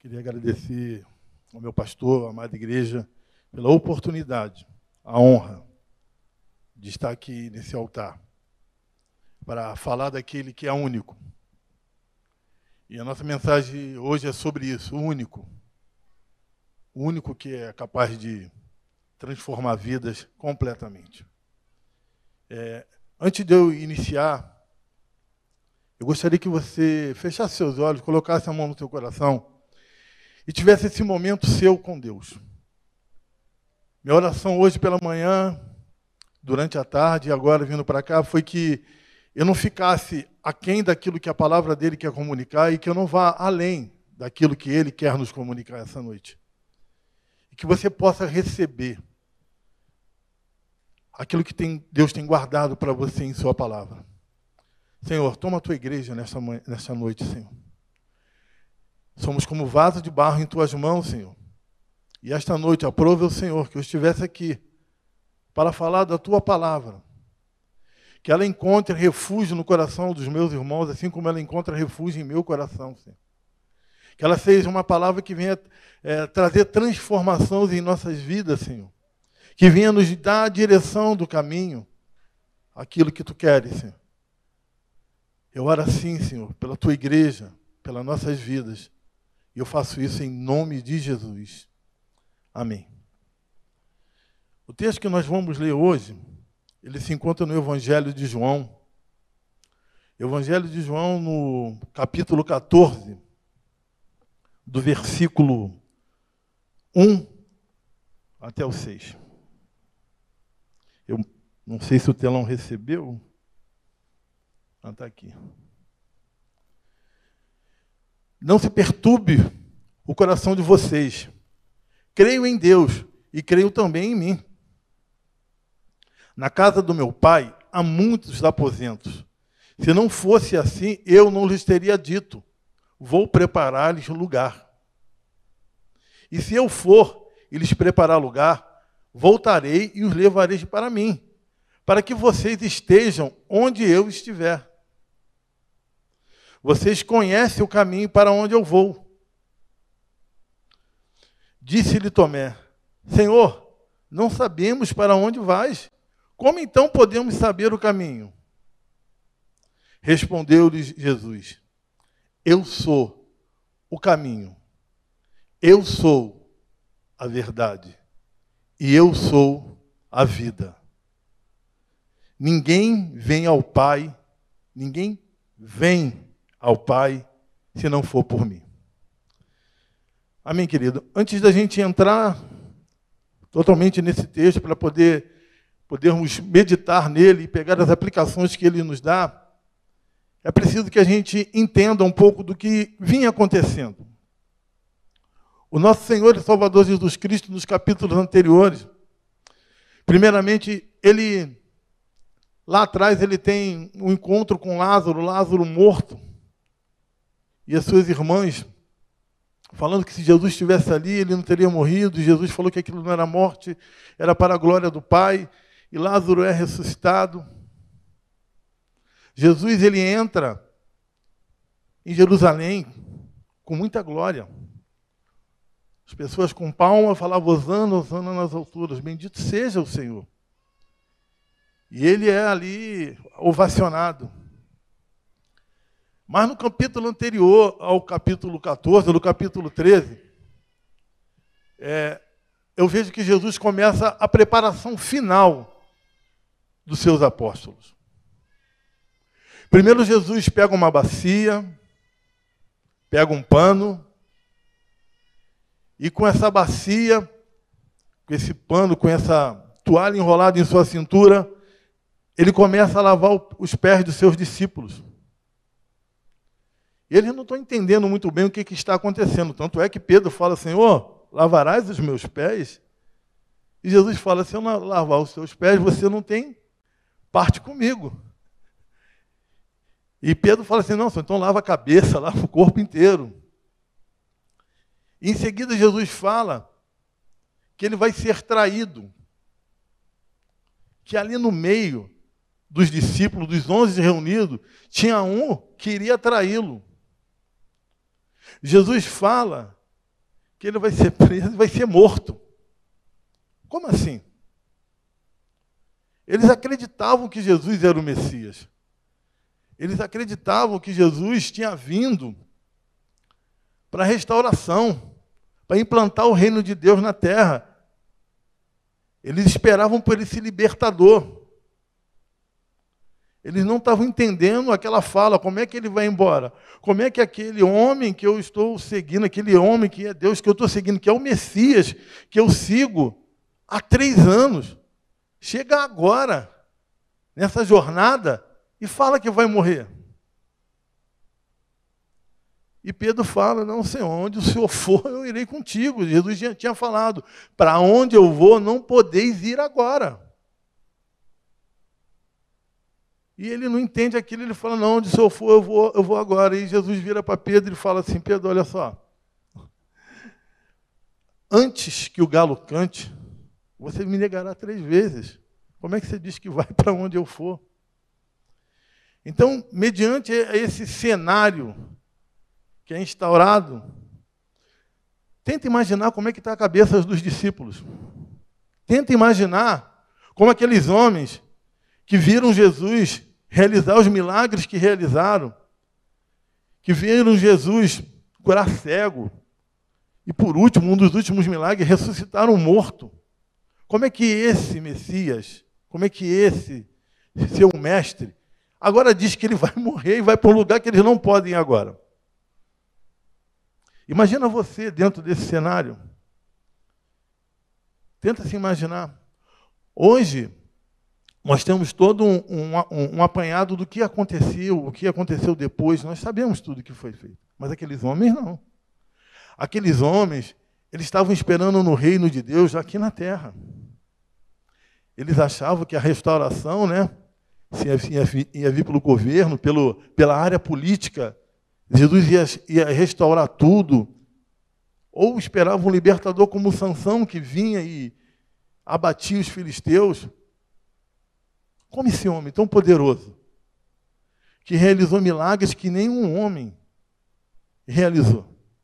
Queria agradecer ao meu pastor, à amada igreja, pela oportunidade, a honra de estar aqui nesse altar para falar daquele que é único. E a nossa mensagem hoje é sobre isso, o único. O único que é capaz de transformar vidas completamente. Antes de eu iniciar, eu gostaria que você fechasse seus olhos, colocasse a mão no seu coração e tivesse esse momento seu com Deus. Minha oração hoje pela manhã, durante a tarde e agora vindo para cá, foi que eu não ficasse aquém daquilo que a palavra dele quer comunicar e que eu não vá além daquilo que ele quer nos comunicar essa noite. E que você possa receber aquilo que Deus tem guardado para você em sua palavra. Senhor, toma a tua igreja nessa noite, Senhor. Somos como vaso de barro em tuas mãos, Senhor. E esta noite, aprove o Senhor que eu estivesse aqui para falar da tua palavra. Que ela encontre refúgio no coração dos meus irmãos, assim como ela encontra refúgio em meu coração, Senhor. Que ela seja uma palavra que venha trazer transformações em nossas vidas, Senhor. Que venha nos dar a direção do caminho, aquilo que tu queres, Senhor. Eu oro assim, Senhor, pela tua igreja, pelas nossas vidas. E eu faço isso em nome de Jesus. Amém. O texto que nós vamos ler hoje, ele se encontra no Evangelho de João. Evangelho de João, no capítulo 14, do versículo 1 até o 6. Eu não sei se o telão recebeu. Ah, está aqui. Não se perturbe o coração de vocês. Creio em Deus e creio também em mim. Na casa do meu pai há muitos aposentos. Se não fosse assim, eu não lhes teria dito: vou preparar-lhes lugar. E se eu for e lhes preparar lugar, voltarei e os levarei para mim, para que vocês estejam onde eu estiver. Vocês conhecem o caminho para onde eu vou. Disse-lhe Tomé: Senhor, não sabemos para onde vais. Como então podemos saber o caminho? Respondeu-lhe Jesus: Eu sou o caminho. Eu sou a verdade. E eu sou a vida. Ninguém vem ao Pai se não for por mim. Amém, querido? Antes da gente entrar totalmente nesse texto, para podermos meditar nele e pegar as aplicações que ele nos dá, é preciso que a gente entenda um pouco do que vinha acontecendo. O nosso Senhor e Salvador Jesus Cristo, nos capítulos anteriores, primeiramente, lá atrás ele tem um encontro com Lázaro morto, e as suas irmãs falando que se Jesus estivesse ali, ele não teria morrido. Jesus falou que aquilo não era morte, era para a glória do Pai, e Lázaro é ressuscitado. Jesus, ele entra em Jerusalém com muita glória. As pessoas com palmas falavam: Hosana, Hosana nas alturas, bendito seja o Senhor. E ele é ali ovacionado. Mas no capítulo anterior ao capítulo 14, no capítulo 13, eu vejo que Jesus começa a preparação final dos seus apóstolos. Primeiro Jesus pega uma bacia, pega um pano, e com essa bacia, com esse pano, com essa toalha enrolada em sua cintura, ele começa a lavar os pés dos seus discípulos. E eles não estão entendendo muito bem o que está acontecendo. Tanto é que Pedro fala: Senhor, lavarás os meus pés? E Jesus fala: se eu não lavar os seus pés, você não tem parte comigo. E Pedro fala assim: não, então lava a cabeça, lava o corpo inteiro. E em seguida Jesus fala que ele vai ser traído. Que ali no meio dos discípulos, dos 11 reunidos, tinha um que iria traí-lo. Jesus fala que ele vai ser preso e vai ser morto. Como assim? Eles acreditavam que Jesus era o Messias. Eles acreditavam que Jesus tinha vindo para a restauração, para implantar o reino de Deus na terra. Eles esperavam por esse libertador. Eles não estavam entendendo aquela fala, como é que ele vai embora? Como é que aquele homem que eu estou seguindo, aquele homem que é Deus que eu estou seguindo, que é o Messias, que eu sigo há 3 anos, chega agora, nessa jornada, e fala que vai morrer. E Pedro fala, não, Senhor, onde o Senhor for, eu irei contigo. Jesus já tinha falado, para onde eu vou, não podeis ir agora. E ele não entende aquilo, ele fala, não, onde o Senhor for, eu vou agora. E Jesus vira para Pedro e fala assim, Pedro, olha só, antes que o galo cante, você me negará 3 vezes. Como é que você diz que vai para onde eu for? Então, mediante esse cenário que é instaurado, tenta imaginar como é que está a cabeça dos discípulos. Tenta imaginar como aqueles homens que viram Jesus realizar os milagres que realizaram, que viram Jesus curar cego, e por último, um dos últimos milagres, ressuscitar um morto. Como é que esse Messias, como é que esse seu mestre, agora diz que ele vai morrer e vai para um lugar que eles não podem ir agora? Imagina você dentro desse cenário. Tenta se imaginar. Hoje, nós temos todo um apanhado do que aconteceu, o que aconteceu depois. Nós sabemos tudo o que foi feito. Mas aqueles homens não. Aqueles homens, eles estavam esperando no reino de Deus aqui na terra. Eles achavam que a restauração, né, ia vir pelo governo, pela área política. Jesus ia restaurar tudo. Ou esperavam um libertador como Sansão, que vinha e abatia os filisteus. Como esse homem tão poderoso, que realizou milagres que nenhum homem realizou,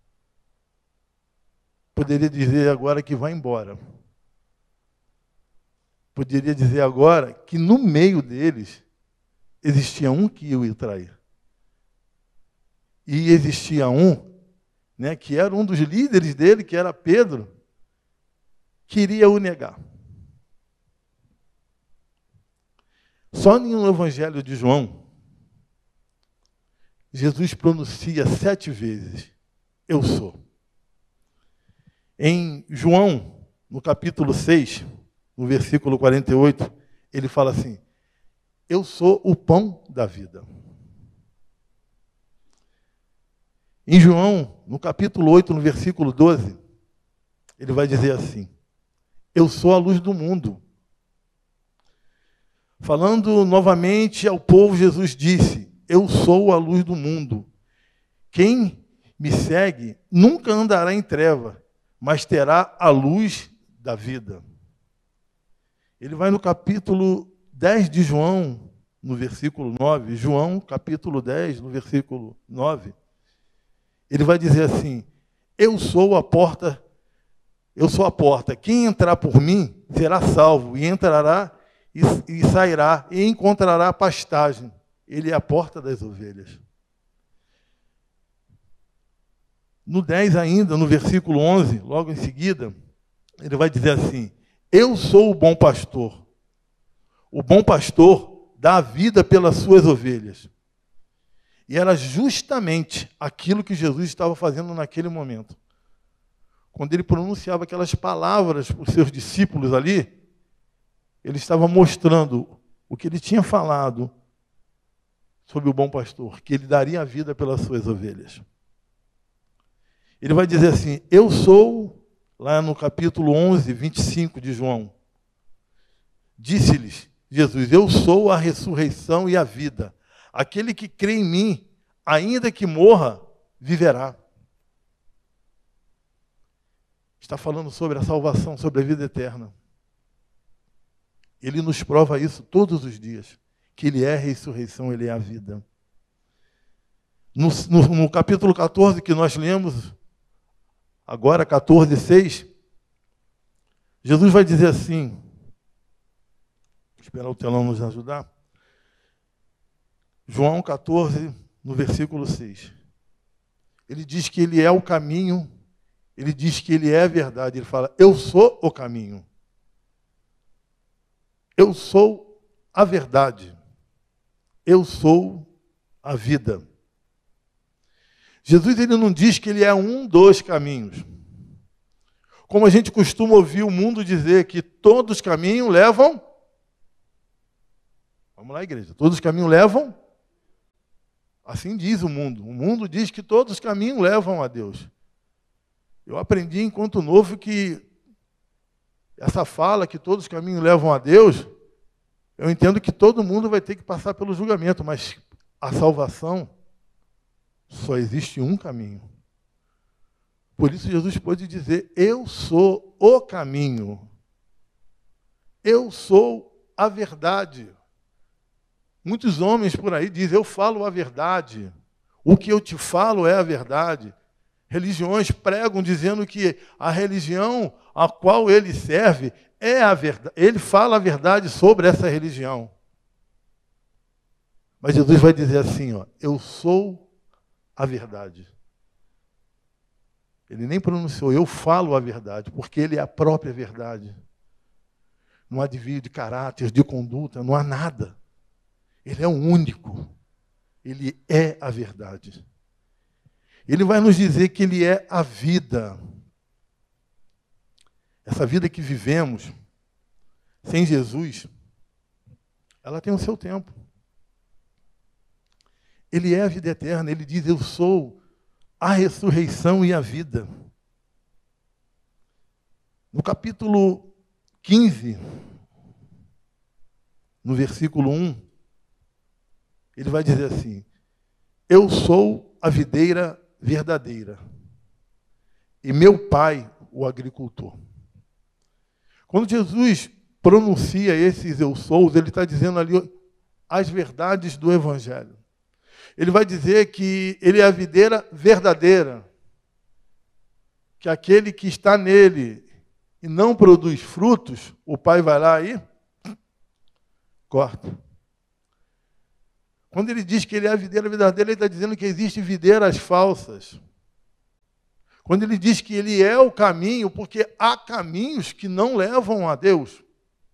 poderia dizer agora que vai embora. Poderia dizer agora que no meio deles existia um que ia o trair. E existia um, né, que era um dos líderes dele, que era Pedro, que iria o negar. Só no Evangelho de João, Jesus pronuncia 7 vezes, eu sou. Em João, no capítulo 6, no versículo 48, ele fala assim, eu sou o pão da vida. Em João, no capítulo 8, no versículo 12, ele vai dizer assim, eu sou a luz do mundo. Falando novamente ao povo, Jesus disse, eu sou a luz do mundo. Quem me segue nunca andará em treva, mas terá a luz da vida. Ele vai no capítulo 10 de João, no versículo 9, João, capítulo 10, no versículo 9, ele vai dizer assim, eu sou a porta, quem entrar por mim será salvo, e entrará e sairá, e encontrará pastagem. Ele é a porta das ovelhas. No 10 ainda, no versículo 11, logo em seguida, ele vai dizer assim, eu sou o bom pastor. O bom pastor dá a vida pelas suas ovelhas. E era justamente aquilo que Jesus estava fazendo naquele momento. Quando ele pronunciava aquelas palavras para os seus discípulos ali, ele estava mostrando o que ele tinha falado sobre o bom pastor, que ele daria a vida pelas suas ovelhas. Ele vai dizer assim, eu sou, lá no capítulo 11, 25 de João, disse-lhes Jesus, eu sou a ressurreição e a vida. Aquele que crê em mim, ainda que morra, viverá. Está falando sobre a salvação, sobre a vida eterna. Ele nos prova isso todos os dias, que Ele é a ressurreição, Ele é a vida. No capítulo 14 que nós lemos agora 14:6, Jesus vai dizer assim, vou esperar o telão nos ajudar, João 14, no versículo 6. Ele diz que ele é o caminho, ele diz que ele é a verdade, ele fala, eu sou o caminho. Eu sou a verdade. Eu sou a vida. Jesus ele não diz que ele é um dos caminhos. Como a gente costuma ouvir o mundo dizer que todos os caminhos levam... Vamos lá, igreja. Todos os caminhos levam... Assim diz o mundo. O mundo diz que todos os caminhos levam a Deus. Eu aprendi enquanto novo que essa fala que todos os caminhos levam a Deus, eu entendo que todo mundo vai ter que passar pelo julgamento, mas a salvação só existe um caminho. Por isso Jesus pode dizer, eu sou o caminho. Eu sou a verdade. Muitos homens por aí dizem, eu falo a verdade. O que eu te falo é a verdade. Religiões pregam dizendo que a religião a qual ele serve é a verdade. Ele fala a verdade sobre essa religião. Mas Jesus vai dizer assim, ó, eu sou a verdade. Ele nem pronunciou, eu falo a verdade, porque ele é a própria verdade. Não há desvio de caráter, de conduta, não há nada. Ele é o único. Ele é a verdade. Ele vai nos dizer que ele é a vida. Essa vida que vivemos, sem Jesus, ela tem o seu tempo. Ele é a vida eterna. Ele diz, eu sou a ressurreição e a vida. No capítulo 15, no versículo 1, ele vai dizer assim, eu sou a videira verdadeira e meu pai o agricultor. Quando Jesus pronuncia esses eu sou, ele está dizendo ali as verdades do Evangelho. Ele vai dizer que ele é a videira verdadeira, que aquele que está nele e não produz frutos, o pai vai lá e corta. Quando ele diz que ele é a videira verdadeira, ele está dizendo que existem videiras falsas. Quando ele diz que ele é o caminho, porque há caminhos que não levam a Deus.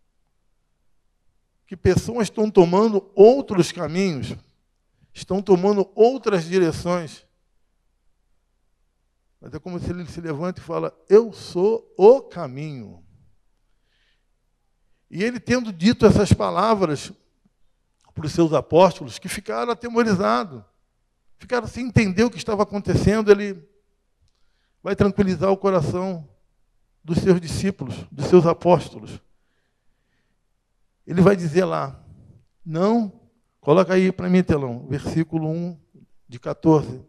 Que pessoas estão tomando outros caminhos, estão tomando outras direções. Mas é como se ele se levanta e fala, eu sou o caminho. E ele tendo dito essas palavras para os seus apóstolos, que ficaram atemorizados, ficaram sem entender o que estava acontecendo, ele vai tranquilizar o coração dos seus discípulos, dos seus apóstolos. Ele vai dizer lá, não, coloca aí para mim, telão, versículo 1 de 14.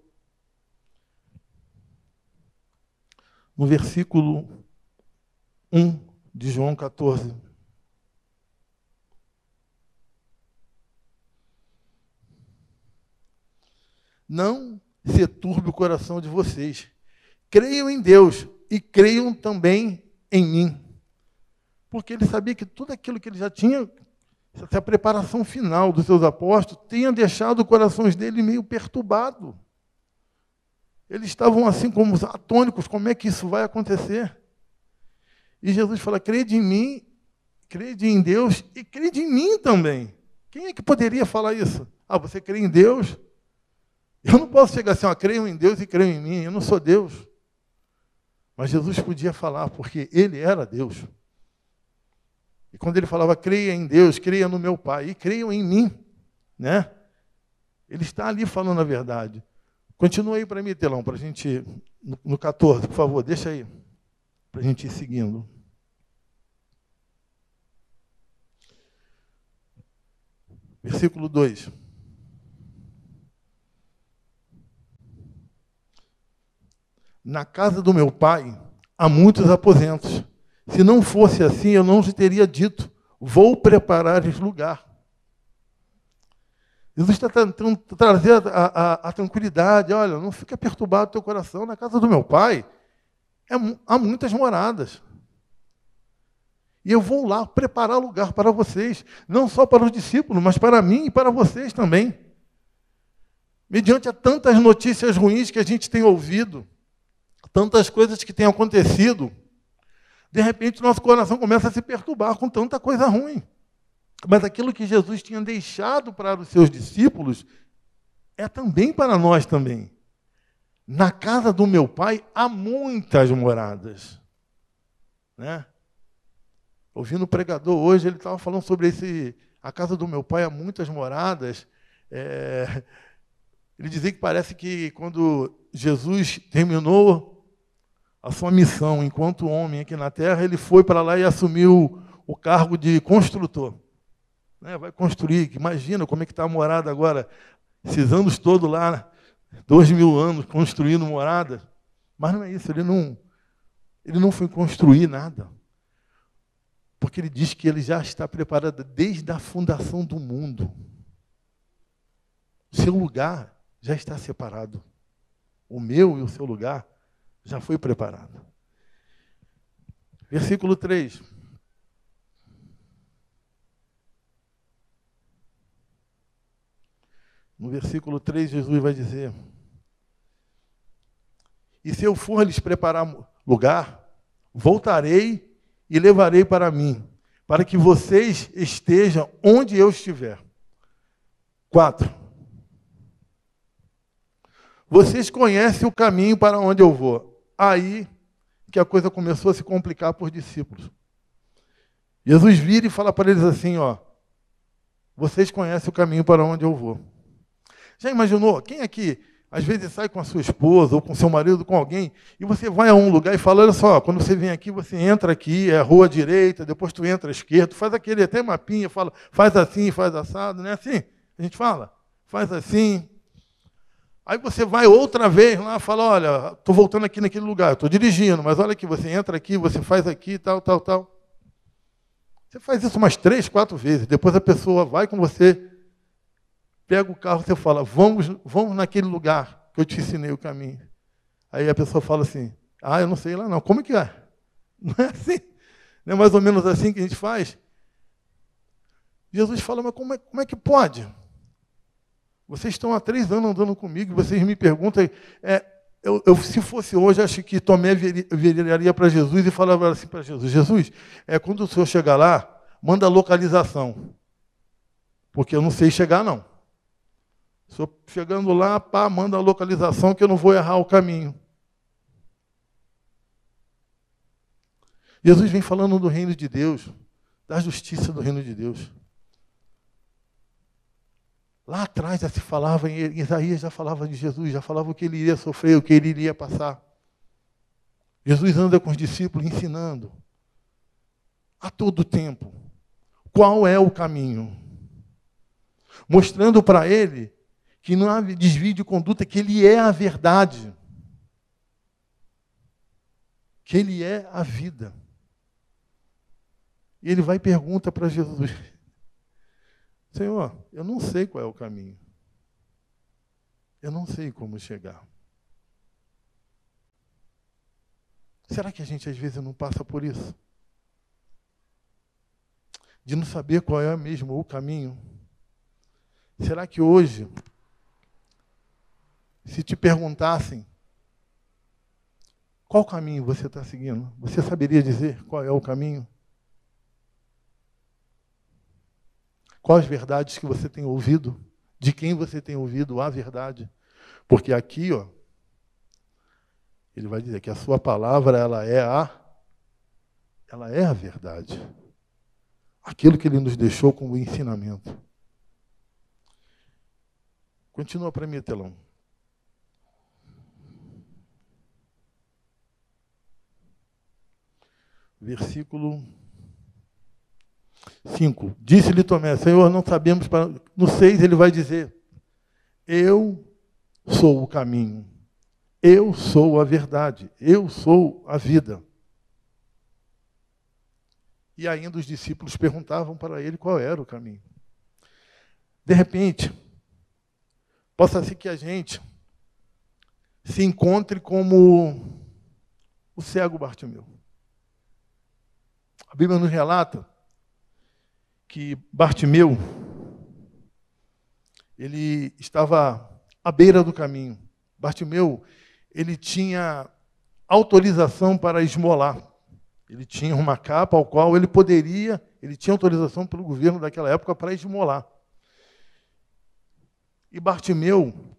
No versículo 1 de João 14. Não se turbe o coração de vocês. Creiam em Deus e creiam também em mim. Porque ele sabia que tudo aquilo que ele já tinha, essa preparação final dos seus apóstolos, tinha deixado os corações dele meio perturbado. Eles estavam assim como atônicos, como é que isso vai acontecer? E Jesus fala, crede em mim, crede em Deus e crede em mim também. Quem é que poderia falar isso? Ah, você crê em Deus? Eu não posso chegar assim, creio em Deus e creio em mim, eu não sou Deus. Mas Jesus podia falar, porque ele era Deus. E quando ele falava, creia em Deus, creia no meu Pai, e creiam em mim, né? Ele está ali falando a verdade. Continua aí para mim, telão, para a gente, no 14, por favor, deixa aí, para a gente ir seguindo. Versículo 2. Na casa do meu pai há muitos aposentos. Se não fosse assim, eu não te teria dito, vou preparar esse lugar. Jesus está tentando trazer a tranquilidade. Olha, não fica perturbado o teu coração. Na casa do meu pai Há muitas moradas. E eu vou lá preparar lugar para vocês, não só para os discípulos, mas para mim e para vocês também. Mediante a tantas notícias ruins que a gente tem ouvido, tantas coisas que têm acontecido, de repente nosso coração começa a se perturbar com tanta coisa ruim. Mas aquilo que Jesus tinha deixado para os seus discípulos é também para nós também. Na casa do meu pai há muitas moradas. Né? Ouvindo o pregador hoje, ele estava falando sobre a casa do meu pai há muitas moradas. Ele dizia que parece que quando Jesus terminou a sua missão enquanto homem aqui na terra, ele foi para lá e assumiu o cargo de construtor. Né? Vai construir, imagina como é que está a morada agora, esses anos todos lá, 2000 anos construindo morada. Mas não é isso, ele não foi construir nada. Porque ele diz que ele já está preparado desde a fundação do mundo. O seu lugar já está separado. O meu e o seu lugar já foi preparado. Versículo 3. No versículo 3, Jesus vai dizer: e se eu for lhes preparar lugar, voltarei e levarei para mim, para que vocês estejam onde eu estiver. 4. Vocês conhecem o caminho para onde eu vou. Aí que a coisa começou a se complicar para os discípulos. Jesus vira e fala para eles assim, vocês conhecem o caminho para onde eu vou. Já imaginou? Quem aqui às vezes sai com a sua esposa, ou com seu marido, com alguém, e você vai a um lugar e fala, olha só, quando você vem aqui, você entra aqui, é a rua direita, depois tu entra à esquerda, faz aquele até mapinha, fala, faz assim, faz assado, não é assim? A gente fala, faz assim. Aí você vai outra vez lá e fala, olha, estou voltando aqui naquele lugar, estou dirigindo, mas olha aqui, você entra aqui, você faz aqui, tal, tal, tal. Você faz isso umas 3, 4 vezes, depois a pessoa vai com você, pega o carro, você fala, vamos naquele lugar que eu te ensinei o caminho. Aí a pessoa fala assim, eu não sei lá não. Como que é? Não é assim? Não é mais ou menos assim que a gente faz? Jesus fala, mas como é que pode? Vocês estão há 3 anos andando comigo, vocês me perguntam, se fosse hoje, acho que Tomé viraria para Jesus e falava assim para Jesus, Jesus, quando o senhor chegar lá, manda a localização, porque eu não sei chegar não. Estou chegando lá, manda a localização que eu não vou errar o caminho. Jesus vem falando do reino de Deus, da justiça do reino de Deus. Lá atrás já se falava, em Isaías já falava de Jesus, já falava o que ele iria sofrer, o que ele iria passar. Jesus anda com os discípulos ensinando a todo tempo qual é o caminho. Mostrando para ele que não há desvio de conduta, que ele é a verdade. Que ele é a vida. E ele vai e pergunta para Jesus, Senhor, eu não sei qual é o caminho. Eu não sei como chegar. Será que a gente às vezes não passa por isso? De não saber qual é mesmo o caminho? Será que hoje, se te perguntassem qual caminho você está seguindo, você saberia dizer qual é o caminho? Quais verdades que você tem ouvido? De quem você tem ouvido a verdade? Porque aqui, ele vai dizer que a sua palavra ela é a verdade. Aquilo que ele nos deixou como ensinamento. Continua para mim, telão. Versículo 5. Disse-lhe Tomé, Senhor, não sabemos para... No 6 ele vai dizer, eu sou o caminho, eu sou a verdade, eu sou a vida. E ainda os discípulos perguntavam para ele qual era o caminho. De repente, possa ser que a gente se encontre como o cego Bartimeu. A Bíblia nos relata que Bartimeu, ele estava à beira do caminho. Bartimeu, ele tinha autorização para esmolar. Ele tinha uma capa ao qual ele tinha autorização pelo governo daquela época para esmolar. E Bartimeu,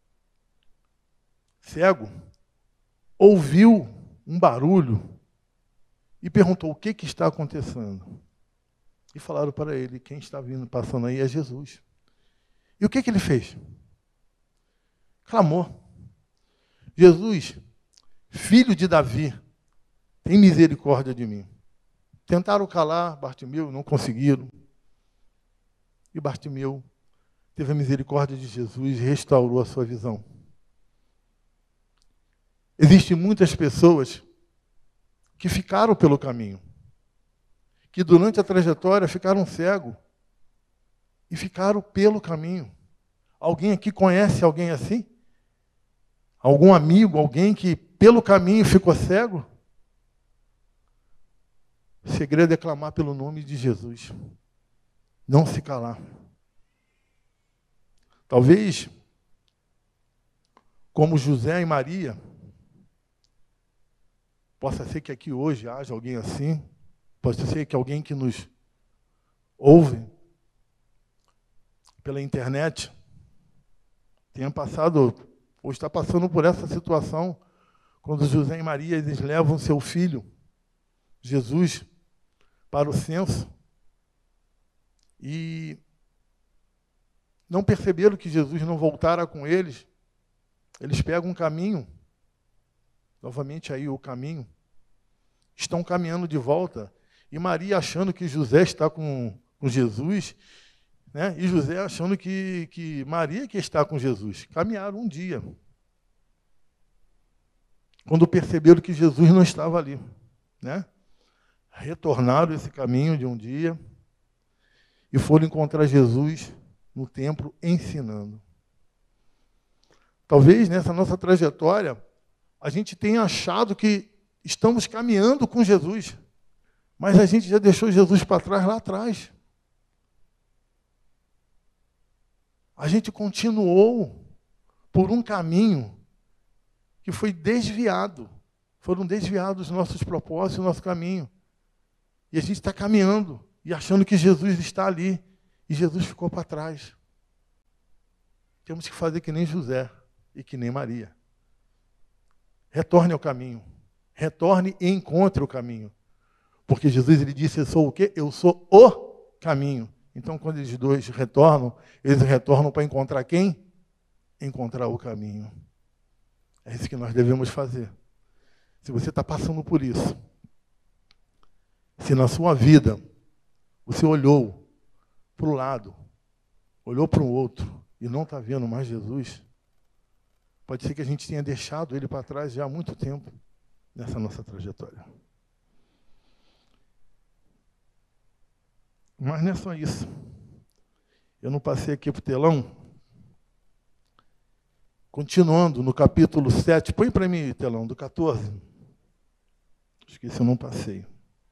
cego, ouviu um barulho e perguntou: o que está acontecendo? E falaram para ele: quem está vindo, passando aí é Jesus. E o que ele fez? Clamou: Jesus, filho de Davi, tem misericórdia de mim. Tentaram calar Bartimeu, não conseguiram. E Bartimeu teve a misericórdia de Jesus e restaurou a sua visão. Existem muitas pessoas que ficaram pelo caminho, que durante a trajetória ficaram cegos e ficaram pelo caminho. Alguém aqui conhece alguém assim? Algum amigo, alguém que pelo caminho ficou cego? O segredo é clamar pelo nome de Jesus. Não se calar. Talvez, como José e Maria, possa ser que aqui hoje haja alguém assim, pode ser que alguém que nos ouve pela internet tenha passado, ou está passando por essa situação, quando José e Maria eles levam seu filho, Jesus, para o censo, e não perceberam que Jesus não voltara com eles. Eles pegam um caminho, novamente aí o caminho, estão caminhando de volta, e Maria achando que José está com Jesus, né? E José achando que Maria que está com Jesus. Caminharam um dia, quando perceberam que Jesus não estava ali, né? Retornaram esse caminho de um dia e foram encontrar Jesus no templo ensinando. Talvez nessa nossa trajetória a gente tenha achado que estamos caminhando com Jesus, mas a gente já deixou Jesus para trás lá atrás. A gente continuou por um caminho que foi desviado. Foram desviados os nossos propósitos, o nosso caminho. E a gente está caminhando e achando que Jesus está ali. E Jesus ficou para trás. Temos que fazer que nem José e que nem Maria. Retorne ao caminho. Retorne e encontre o caminho. Porque Jesus ele disse: eu sou o quê? Eu sou o caminho. Então, quando eles dois retornam, eles retornam para encontrar quem? Encontrar o caminho. É isso que nós devemos fazer. Se você está passando por isso, se na sua vida você olhou para o lado, olhou para o outro e não está vendo mais Jesus, pode ser que a gente tenha deixado ele para trás já há muito tempo nessa nossa trajetória. Mas não é só isso. Eu não passei aqui para o telão. Continuando no capítulo 7, põe para mim, telão, do 14. Esqueci, eu não passei.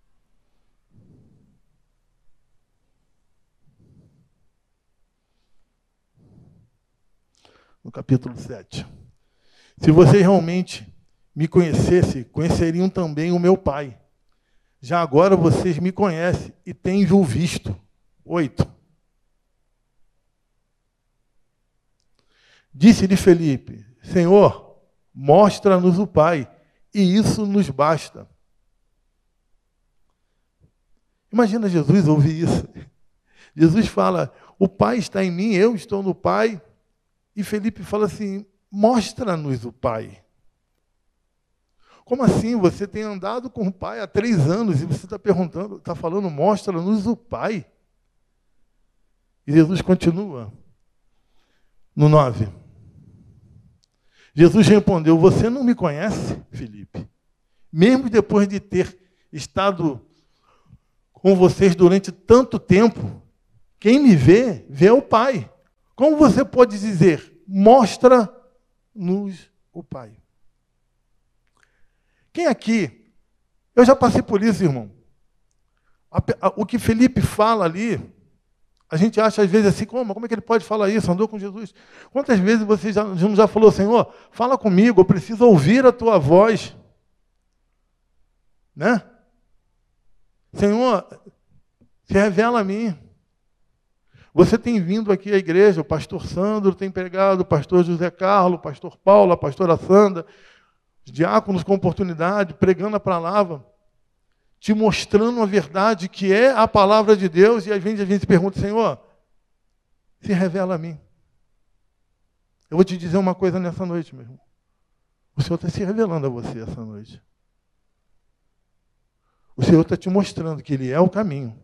No capítulo 7. Se vocês realmente me conhecessem, conheceriam também o meu Pai. Já agora vocês me conhecem e têm o visto. 8. Disse-lhe Felipe: Senhor, mostra-nos o Pai, e isso nos basta. Imagina Jesus ouvir isso. Jesus fala: o Pai está em mim, eu estou no Pai. E Felipe fala assim: mostra-nos o Pai. Como assim? Você tem andado com o Pai há 3 anos e você está perguntando, está falando, mostra-nos o Pai. E Jesus continua no 9. Jesus respondeu: você não me conhece, Felipe? Mesmo depois de ter estado com vocês durante tanto tempo, quem me vê, vê o Pai. Como você pode dizer, mostra-nos o Pai? Quem aqui? Eu já passei por isso, irmão. O que Felipe fala ali, a gente acha às vezes assim, como é que ele pode falar isso? Andou com Jesus. Quantas vezes você já falou, Senhor, fala comigo, eu preciso ouvir a tua voz. Né? Senhor, se revela a mim. Você tem vindo aqui à igreja, o pastor Sandro tem pregado, o pastor José Carlos, o pastor Paulo, a pastora Sandra, os diáconos com oportunidade, pregando a palavra, te mostrando a verdade que é a palavra de Deus, e às vezes a gente se pergunta, Senhor, se revela a mim. Eu vou te dizer uma coisa nessa noite, meu irmão. O Senhor está se revelando a você essa noite. O Senhor está te mostrando que Ele é o caminho.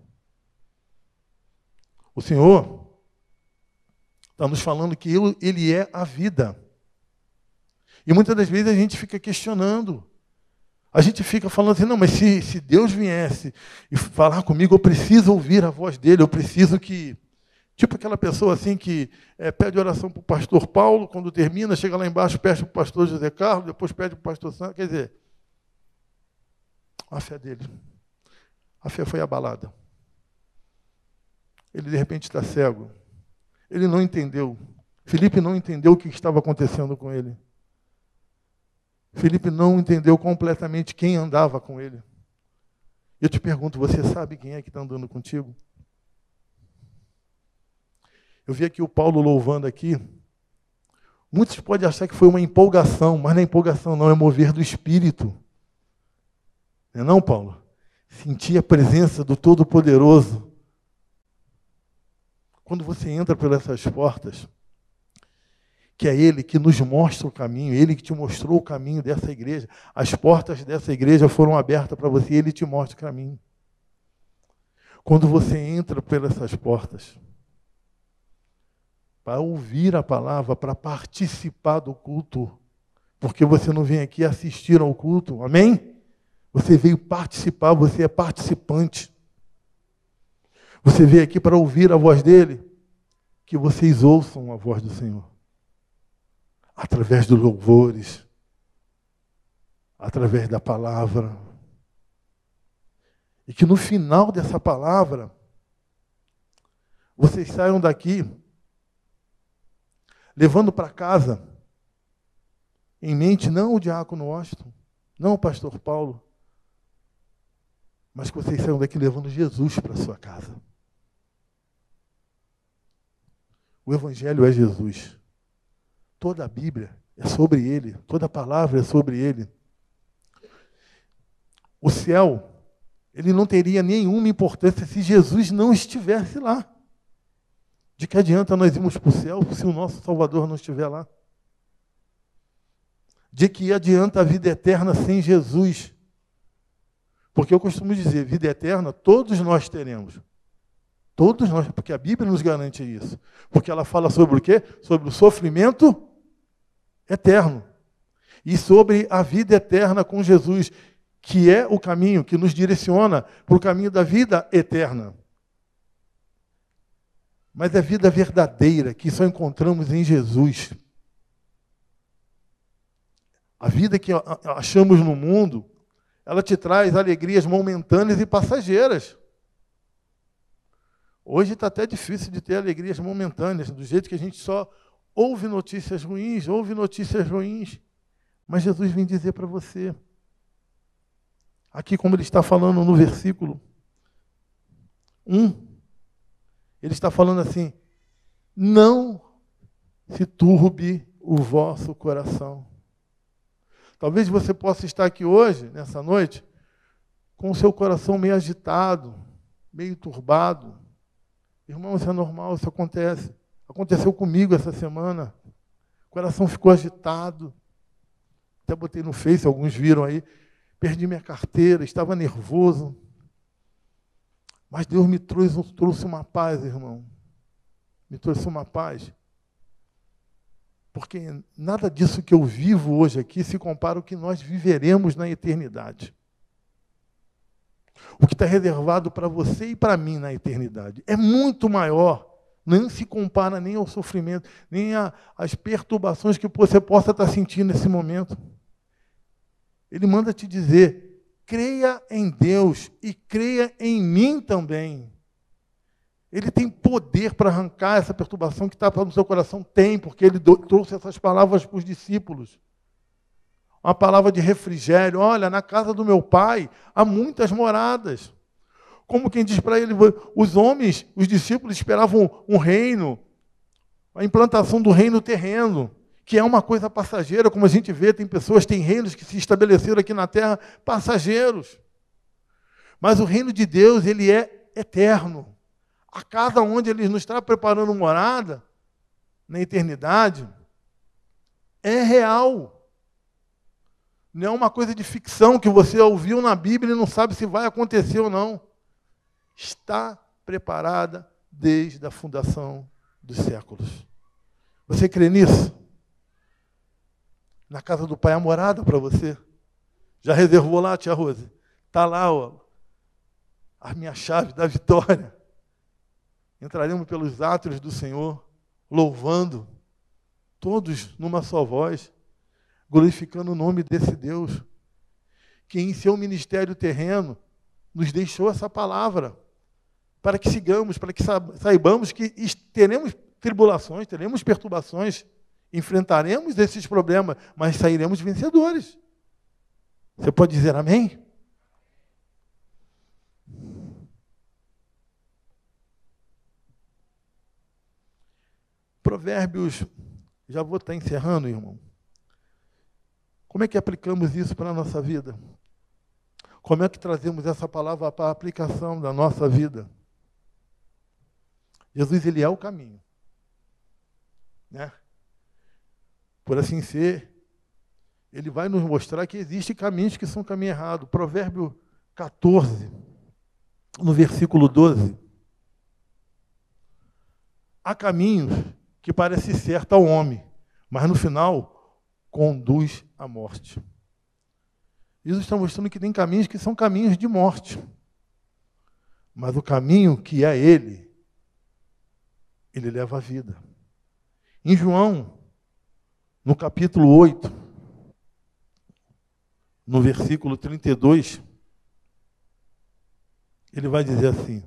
O Senhor está nos falando que Ele é a vida. E muitas das vezes a gente fica questionando. A gente fica falando assim, não, mas se Deus viesse e falar comigo, eu preciso ouvir a voz dele, eu preciso que... Tipo aquela pessoa assim que pede oração para o pastor Paulo, quando termina, chega lá embaixo, pede para o pastor José Carlos, depois pede para o pastor Sandro. Quer dizer, a fé dele. A fé foi abalada. Ele, de repente, está cego. Ele não entendeu. Felipe não entendeu o que estava acontecendo com ele. Felipe não entendeu completamente quem andava com ele. Eu te pergunto, você sabe quem é que está andando contigo? Eu vi aqui o Paulo louvando aqui. Muitos podem achar que foi uma empolgação, mas não é empolgação não, é mover do Espírito. Não é não, Paulo? Sentir a presença do Todo-Poderoso. Quando você entra por essas portas, que é Ele que nos mostra o caminho, Ele que te mostrou o caminho dessa igreja, as portas dessa igreja foram abertas para você, Ele te mostra o caminho. Quando você entra por essas portas, para ouvir a palavra, para participar do culto, porque você não vem aqui assistir ao culto, amém? Você veio participar, você é participante. Você veio aqui para ouvir a voz dele, que vocês ouçam a voz do Senhor. Através dos louvores, através da palavra. E que no final dessa palavra, vocês saiam daqui, levando para casa, em mente, não o diácono Washington, não o pastor Paulo, mas que vocês saiam daqui levando Jesus para a sua casa. O Evangelho é Jesus. Toda a Bíblia é sobre Ele. Toda a palavra é sobre Ele. O céu, ele não teria nenhuma importância se Jesus não estivesse lá. De que adianta nós irmos para o céu se o nosso Salvador não estiver lá? De que adianta a vida eterna sem Jesus? Porque eu costumo dizer, vida eterna todos nós teremos. Todos nós, porque a Bíblia nos garante isso. Porque ela fala sobre o quê? Sobre o sofrimento eterno. E sobre a vida eterna com Jesus, que é o caminho que nos direciona para o caminho da vida eterna. Mas a vida verdadeira que só encontramos em Jesus. A vida que achamos no mundo, ela te traz alegrias momentâneas e passageiras. Hoje está até difícil de ter alegrias momentâneas, do jeito que a gente só ouve notícias ruins. Mas Jesus vem dizer para você, aqui como ele está falando no versículo 1, ele está falando assim, não se turbe o vosso coração. Talvez você possa estar aqui hoje, nessa noite, com o seu coração meio agitado, meio turbado. Irmão, isso é normal, isso acontece. Aconteceu comigo essa semana. O coração ficou agitado. Até botei no Face, alguns viram aí. Perdi minha carteira, estava nervoso. Mas Deus me trouxe uma paz, irmão. Me trouxe uma paz. Porque nada disso que eu vivo hoje aqui se compara ao que nós viveremos na eternidade. O que está reservado para você e para mim na eternidade é muito maior, não se compara nem ao sofrimento, nem às perturbações que você possa estar sentindo nesse momento. Ele manda te dizer, creia em Deus e creia em mim também. Ele tem poder para arrancar essa perturbação que está no seu coração? Tem, porque ele trouxe essas palavras para os discípulos. Uma palavra de refrigério. Olha, na casa do meu pai há muitas moradas. Como quem diz para ele, os homens, os discípulos esperavam um reino, a implantação do reino terreno, que é uma coisa passageira, como a gente vê, tem pessoas, tem reinos que se estabeleceram aqui na terra, passageiros. Mas o reino de Deus, ele é eterno. A casa onde ele nos está preparando morada, na eternidade, é real. Não é uma coisa de ficção que você ouviu na Bíblia e não sabe se vai acontecer ou não. Está preparada desde a fundação dos séculos. Você crê nisso? Na casa do Pai há morada para você. Já reservou lá, tia Rose? Está lá, ó, a minha chave da vitória. Entraremos pelos átrios do Senhor, louvando, todos numa só voz, glorificando o nome desse Deus, que em seu ministério terreno nos deixou essa palavra, para que sigamos, para que saibamos que teremos tribulações, teremos perturbações, enfrentaremos esses problemas, mas sairemos vencedores. Você pode dizer amém? Provérbios, já vou estar encerrando, irmão. Como é que aplicamos isso para a nossa vida? Como é que trazemos essa palavra para a aplicação da nossa vida? Jesus, ele é o caminho. Né? Por assim ser, ele vai nos mostrar que existem caminhos que são caminho errado. Provérbio 14, no versículo 12. Há caminhos que parecem certo ao homem, mas no final conduz à morte. Jesus está mostrando que tem caminhos que são caminhos de morte. Mas o caminho que é ele leva à vida. Em João, no capítulo 8, no versículo 32, ele vai dizer assim: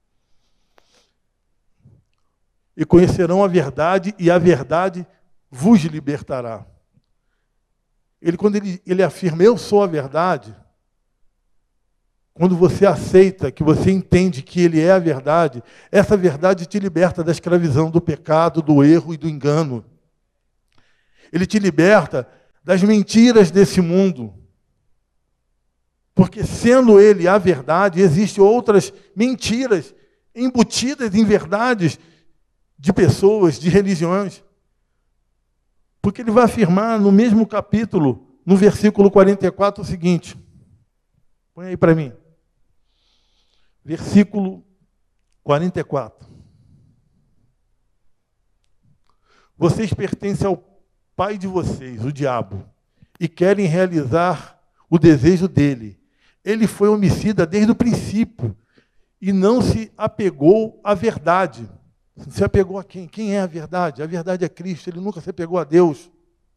e conhecerão a verdade, e a verdade vos libertará. Quando ele afirma, eu sou a verdade, quando você aceita, que você entende que ele é a verdade, essa verdade te liberta da escravidão, do pecado, do erro e do engano. Ele te liberta das mentiras desse mundo. Porque sendo ele a verdade, existem outras mentiras embutidas em verdades de pessoas, de religiões. Porque ele vai afirmar no mesmo capítulo, no versículo 44, o seguinte. Põe aí para mim. Versículo 44. Vocês pertencem ao pai de vocês, o diabo, e querem realizar o desejo dele. Ele foi homicida desde o princípio e não se apegou à verdade. Se apegou a quem? Quem é a verdade? A verdade é Cristo, ele nunca se apegou a Deus.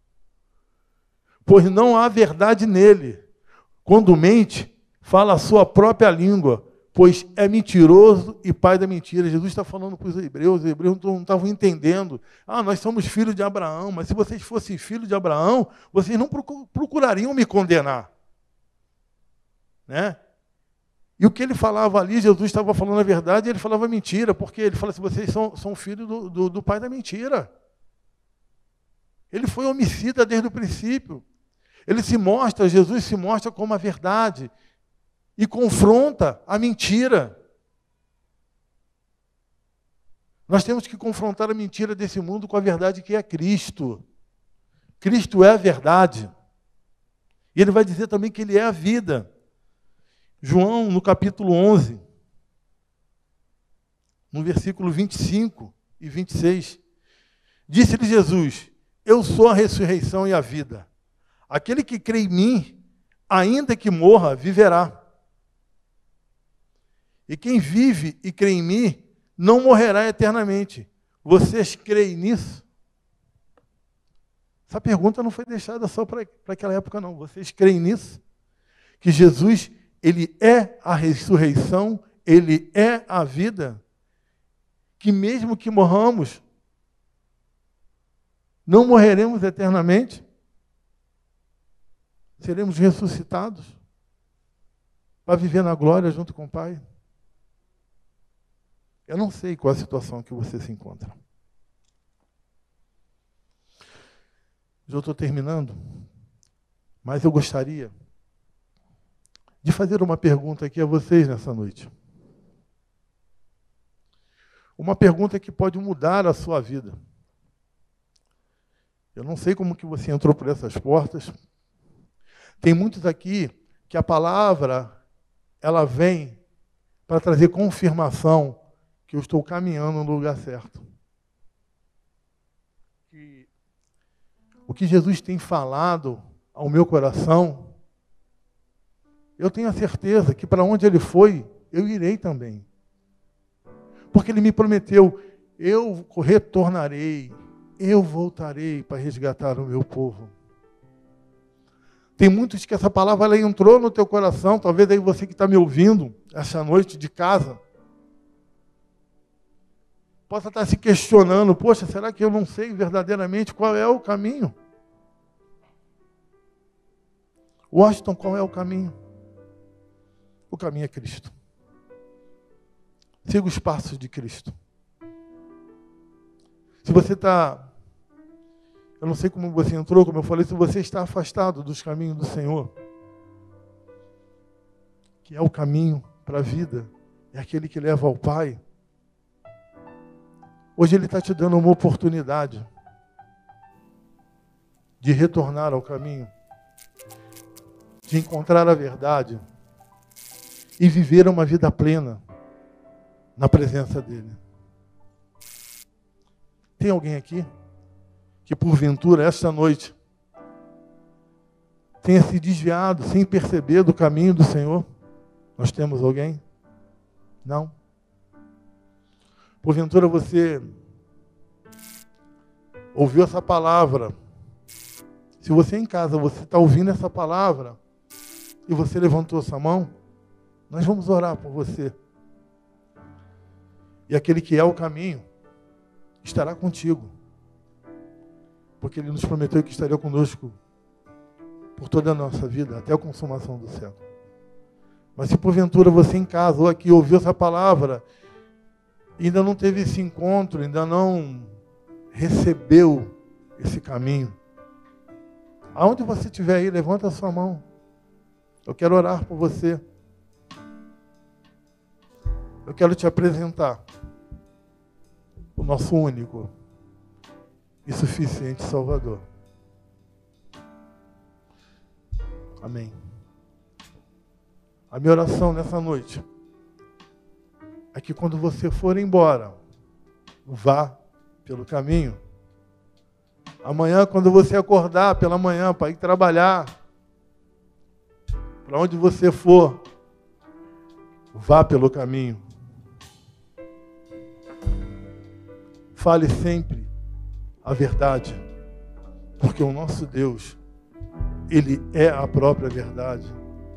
Pois não há verdade nele. Quando mente, fala a sua própria língua, pois é mentiroso e pai da mentira. Jesus está falando para os hebreus não estavam entendendo. Nós somos filhos de Abraão, mas se vocês fossem filhos de Abraão, vocês não procurariam me condenar. Né? E o que ele falava ali, Jesus estava falando a verdade, e ele falava mentira, porque ele fala assim, vocês são filhos do pai da mentira. Ele foi homicida desde o princípio. Jesus se mostra como a verdade e confronta a mentira. Nós temos que confrontar a mentira desse mundo com a verdade que é Cristo. Cristo é a verdade. E ele vai dizer também que ele é a vida. João, no capítulo 11, no versículo 25 e 26, disse-lhe Jesus, eu sou a ressurreição e a vida. Aquele que crê em mim, ainda que morra, viverá. E quem vive e crê em mim, não morrerá eternamente. Vocês creem nisso? Essa pergunta não foi deixada só para aquela época, não. Vocês creem nisso? Que Jesus, Ele é a ressurreição, Ele é a vida? Que mesmo que morramos, não morreremos eternamente? Seremos ressuscitados para viver na glória junto com o Pai? Eu não sei qual a situação que você se encontra. Já estou terminando, mas eu gostaria de fazer uma pergunta aqui a vocês nessa noite. Uma pergunta que pode mudar a sua vida. Eu não sei como que você entrou por essas portas. Tem muitos aqui que a palavra, ela vem para trazer confirmação que eu estou caminhando no lugar certo. Que o que Jesus tem falado ao meu coração, eu tenho a certeza que para onde Ele foi, eu irei também. Porque Ele me prometeu, eu retornarei, eu voltarei para resgatar o meu povo. Tem muitos que essa palavra ela entrou no teu coração, talvez aí você que está me ouvindo essa noite de casa, possa estar se questionando, poxa, será que eu não sei verdadeiramente qual é o caminho? Washington, qual é o caminho? O caminho é Cristo. Siga os passos de Cristo. Se você está, eu não sei como você entrou, como eu falei, se você está afastado dos caminhos do Senhor, que é o caminho para a vida, é aquele que leva ao Pai, hoje Ele está te dando uma oportunidade de retornar ao caminho, de encontrar a verdade e viver uma vida plena na presença dEle. Tem alguém aqui que, porventura, esta noite, tenha se desviado sem perceber do caminho do Senhor? Nós temos alguém? Não? Porventura você ouviu essa palavra. Se você em casa, você está ouvindo essa palavra e você levantou sua mão, nós vamos orar por você. E aquele que é o caminho estará contigo. Porque Ele nos prometeu que estaria conosco por toda a nossa vida, até a consumação do céu. Mas se porventura você em casa ou aqui ouviu essa palavra, ainda não teve esse encontro, ainda não recebeu esse caminho, aonde você estiver aí, levanta a sua mão. Eu quero orar por você. Eu quero te apresentar o nosso único e suficiente Salvador. Amém. A minha oração nessa noite é que quando você for embora, vá pelo caminho. Amanhã, quando você acordar pela manhã para ir trabalhar, para onde você for, vá pelo caminho. Fale sempre a verdade, porque o nosso Deus, Ele é a própria verdade.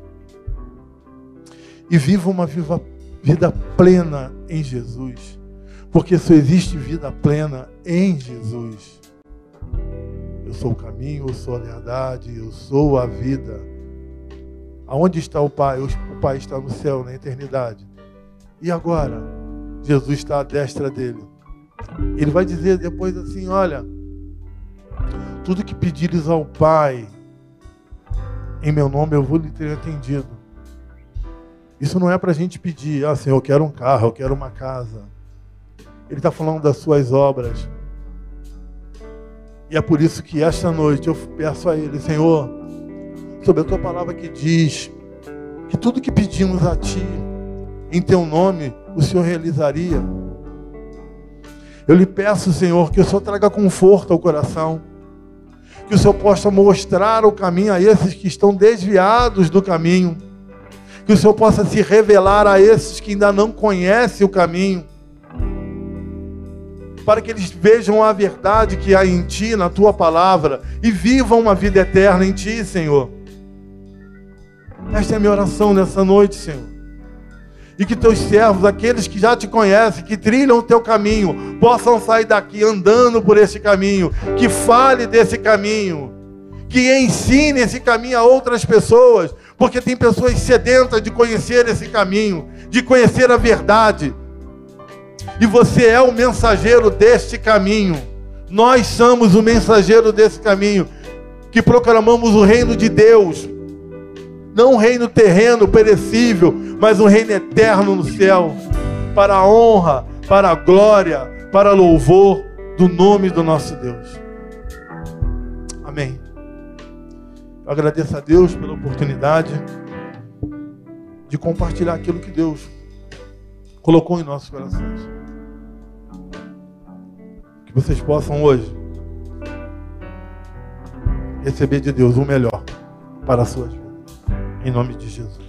E viva uma vida plena em Jesus, porque só existe vida plena em Jesus. Eu sou o caminho, eu sou a verdade, eu sou a vida. Aonde está o Pai? O Pai está no céu, na eternidade. E agora, Jesus está à destra dele. Ele vai dizer depois assim, olha, tudo que pedires ao Pai, em meu nome eu vou lhe ter atendido. Isso não é para a gente pedir, Senhor, eu quero um carro, eu quero uma casa. Ele está falando das suas obras. E é por isso que esta noite eu peço a Ele, Senhor, sobre a Tua palavra que diz que tudo que pedimos a Ti, em Teu nome, o Senhor realizaria. Eu lhe peço, Senhor, que o Senhor traga conforto ao coração, que o Senhor possa mostrar o caminho a esses que estão desviados do caminho, que o Senhor possa se revelar a esses que ainda não conhecem o caminho, para que eles vejam a verdade que há em Ti, na Tua palavra, e vivam uma vida eterna em Ti, Senhor. Esta é a minha oração nessa noite, Senhor. E que Teus servos, aqueles que já Te conhecem, que trilham o Teu caminho, possam sair daqui andando por esse caminho, que fale desse caminho, que ensine esse caminho a outras pessoas, porque tem pessoas sedentas de conhecer esse caminho, de conhecer a verdade. E você é o mensageiro deste caminho. Nós somos o mensageiro desse caminho, que proclamamos o reino de Deus. Não um reino terreno, perecível, mas um reino eterno no céu. Para a honra, para a glória, para louvor do nome do nosso Deus. Amém. Eu agradeço a Deus pela oportunidade de compartilhar aquilo que Deus colocou em nossos corações. Que vocês possam hoje receber de Deus o melhor para as suas vidas. Em nome de Jesus.